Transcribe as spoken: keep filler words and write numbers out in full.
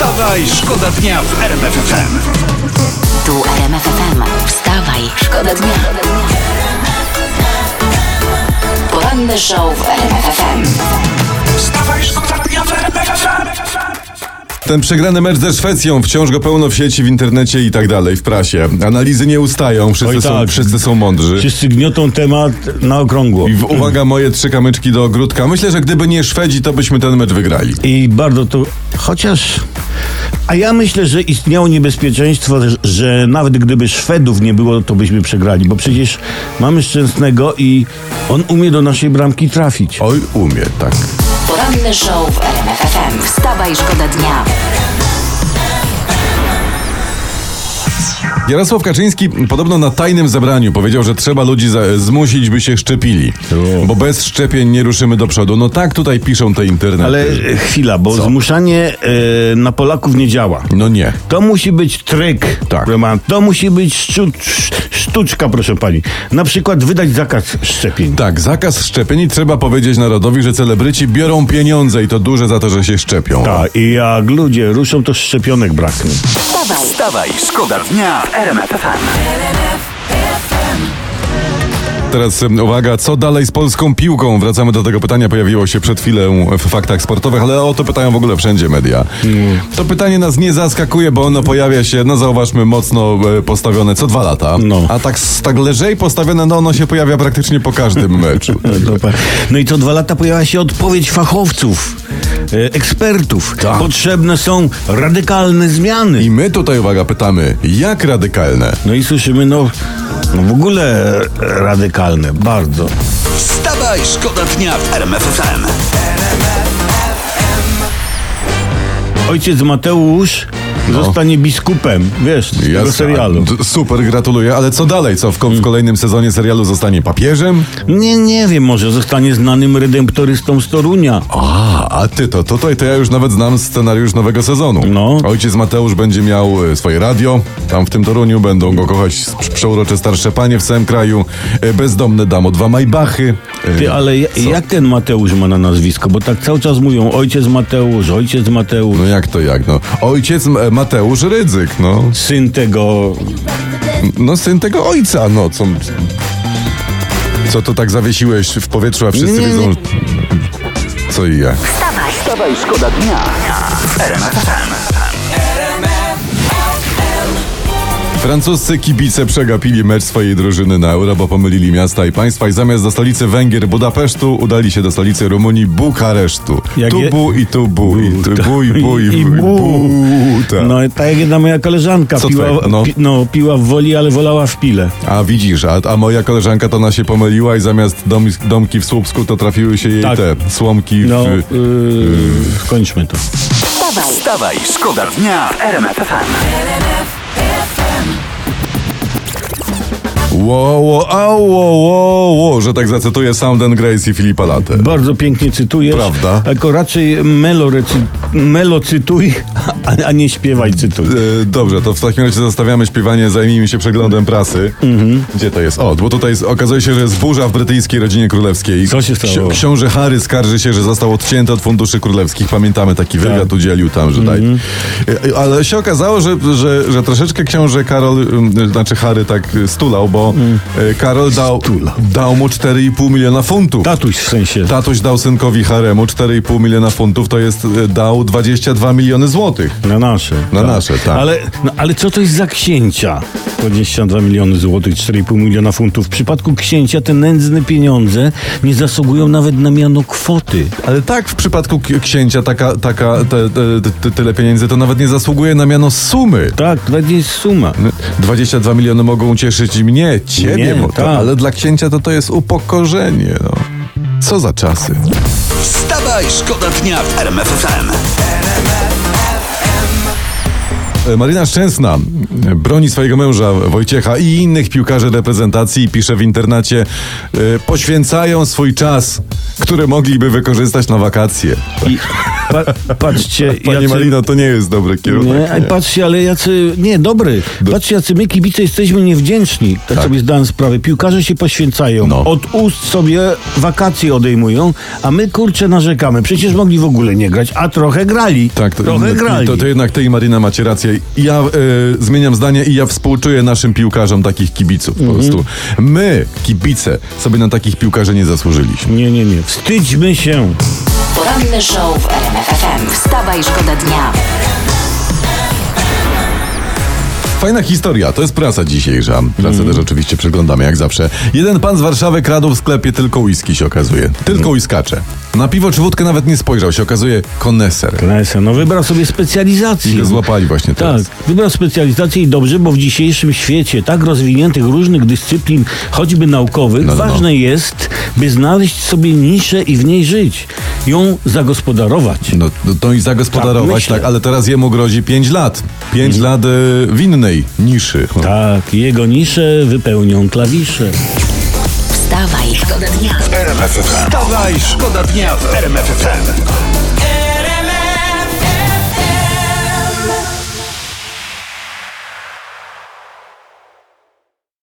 Wstawaj, szkoda dnia w R M F F M. Tu R M F F M. Wstawaj, szkoda dnia. Poranny show w R M F F M. Wstawaj, szkoda dnia w R M F F M. Ten przegrany mecz ze Szwecją, wciąż go pełno w sieci, w internecie i tak dalej, w prasie. Analizy nie ustają, wszyscy, Oj, są, tak. wszyscy są mądrzy. Wszyscy gniotą temat na okrągło. I w, uwaga, moje trzy kamyczki do ogródka. Myślę, że gdyby nie Szwedzi, to byśmy ten mecz wygrali. I bardzo to... Chociaż... A ja myślę, że istniało niebezpieczeństwo, że, że nawet gdyby Szwedów nie było, to byśmy przegrali. Bo przecież mamy Szczęsnego i on umie do naszej bramki trafić. Oj, umie, tak. Poranny show w R M F F M. Wstawaj, szkoda dnia. Jarosław Kaczyński podobno na tajnym zebraniu powiedział, że trzeba ludzi za- zmusić, by się szczepili. O. Bo bez szczepień nie ruszymy do przodu. No tak tutaj piszą te internety. Ale e, chwila, bo Co? zmuszanie e, na Polaków nie działa. No nie. To musi być tryk. Tak. proszę pana. To musi być sztu, sztuczka, proszę pani. Na przykład wydać zakaz szczepień. Tak, zakaz szczepień i trzeba powiedzieć narodowi, że celebryci biorą pieniądze i to duże za to, że się szczepią. Tak, i jak ludzie ruszą, to szczepionek braknie. Wstawaj. Wstawaj, szkoda dnia w R M F F M. Teraz em, uwaga, co dalej z polską piłką? Wracamy do tego pytania, pojawiło się przed chwilą w faktach sportowych, ale o to pytają w ogóle wszędzie media. Mm. To pytanie nas nie zaskakuje, bo ono pojawia się, no zauważmy, mocno e, postawione co dwa lata. No. A tak, s- tak lżej postawione, no ono się pojawia praktycznie po każdym meczu. No i co dwa lata pojawia się odpowiedź fachowców, e, ekspertów. Tak. Potrzebne są radykalne zmiany. I my tutaj, uwaga, pytamy, jak radykalne? No i słyszymy, no, no w ogóle radykalne, bardzo. Wstawaj, szkoda dnia w R M F F M. Ojciec Mateusz zostanie biskupem, wiesz, z tego Jasne. serialu. D- Super, gratuluję, ale co dalej? Co w, ko- w kolejnym sezonie serialu zostanie papieżem? Nie, nie wiem, może zostanie znanym redemptorystą z Torunia. A, a ty to, to, to, to ja już nawet znam scenariusz nowego sezonu. No. Ojciec Mateusz będzie miał e, swoje radio, tam w tym Toruniu będą go kochać prze- przeurocze starsze panie w całym kraju, e, bezdomne damo dwa Maybachy. E, Ty, ale ja, co? jak ten Mateusz ma na nazwisko? Bo tak cały czas mówią ojciec Mateusz, ojciec Mateusz, No jak to jak, no? Ojciec e, Mateusz Rydzyk, no. syn tego... No syn tego ojca, no. Co, co to tak zawiesiłeś w powietrzu, a wszyscy Nie, nie. wiedzą... Co i jak? Wstawaj. Wstawaj, szkoda dnia w R M F F M. Francuscy kibice przegapili mecz swojej drużyny na Euro, bo pomylili miasta i państwa i zamiast do stolicy Węgier Budapesztu udali się do stolicy Rumunii Bukaresztu. Jak tu je- bu i tu bu i tu bu i bu i, I bu, i bu. bu. tak. No tak jak jedna moja koleżanka, Co piła, twoja- no? pi, no, piła w Woli, ale wolała w Pile. A widzisz, a, a moja koleżanka to ona się pomyliła i zamiast dom, domki w Słupsku to trafiły się jej Tak. te słomki w... No, yy, kończmy to. Wstawaj. Wstawaj, szkoda dnia w R M F F M. Ło, ło, au, ło, ło, ło, że tak zacytuję Sound and Grace i Filipa Latę. Bardzo pięknie cytujesz. Prawda. Tylko raczej melo, recy, melo cytuj, a, a nie śpiewaj cytuj. E, Dobrze, to w takim razie zostawiamy śpiewanie, zajmijmy się przeglądem prasy. Gdzie to jest? O, bo tutaj jest, okazuje się, że jest burza w brytyjskiej rodzinie królewskiej. Co się stało? Ksi- książę Harry skarży się, że został odcięty od funduszy królewskich. Pamiętamy taki wywiad, udzielił tam, że daj. E, Ale się okazało, że, że, że troszeczkę książę Karol, y, znaczy Harry tak y, stulał, bo y, Karol dał, dał mu cztery i pół miliona funtów. Tatuś w sensie. Tatuś dał synkowi Haremu cztery i pół miliona funtów, to jest, y, dał dwadzieścia dwa miliony złotych. Na nasze. Na nasze, tak. Ale, no, ale co to jest za księcia? dwadzieścia dwa miliony złotych, cztery i pół miliona funtów. W przypadku księcia te nędzne pieniądze nie zasługują nawet na miano kwoty. Ale tak, w przypadku k- księcia taka, taka, te, te, te, tyle pieniędzy to nawet nie zasługuje na miano sumy. Tak, to jest suma. dwadzieścia dwa miliony mogą ucieszyć mnie, ciebie, Nie, mo- to, tak. ale dla księcia to to jest upokorzenie. No. Co za czasy. Wstawaj, szkoda dnia w R M F F M. Marina Szczęsna broni swojego męża Wojciecha i innych piłkarzy reprezentacji i pisze w internecie: y, poświęcają swój czas, który mogliby wykorzystać na wakacje. I pa, patrzcie, Pani jacy, Marino, to nie jest dobry kierunek. nie, a patrzcie, ale jacy, nie, dobry. Patrzcie, jacy my kibice jesteśmy niewdzięczni. Tak, Tak. sobie zdałem sprawę. Piłkarze się poświęcają. No. Od ust sobie wakacje odejmują, a my, kurczę, narzekamy. Przecież mogli w ogóle nie grać, a trochę grali. Tak, to, trochę to, grali. to, to jednak ty i Marina macie rację. Ja e, zmieniam zdanie i ja współczuję naszym piłkarzom takich kibiców. Po prostu my, kibice, sobie na takich piłkarzy nie zasłużyliśmy. Nie, nie, nie. Wstydźmy się. Poranny show w R M F F M. Wstawaj, szkoda dnia. Fajna historia, to jest prasa dzisiejsza. Prasę Mhm. też oczywiście przeglądamy, jak zawsze. Jeden pan z Warszawy kradł w sklepie tylko whisky, się okazuje. Tylko whiskacze. Na piwo czy wódkę nawet nie spojrzał, się okazuje koneser. Klesa, no wybrał sobie specjalizację. I go złapali właśnie Tak, teraz. wybrał specjalizację i dobrze, bo w dzisiejszym świecie tak rozwiniętych różnych dyscyplin, choćby naukowych, No, no, no. ważne jest, by znaleźć sobie niszę i w niej żyć. Ją zagospodarować. No, no to i Tak, zagospodarować, myślę. tak, ale teraz jemu grozi pięć lat. pięć lat e, w innej niszy. Tak, jego nisze wypełnią klawisze. Wstawaj, szkoda dnia. Wstawaj, szkoda dnia w R M F F M.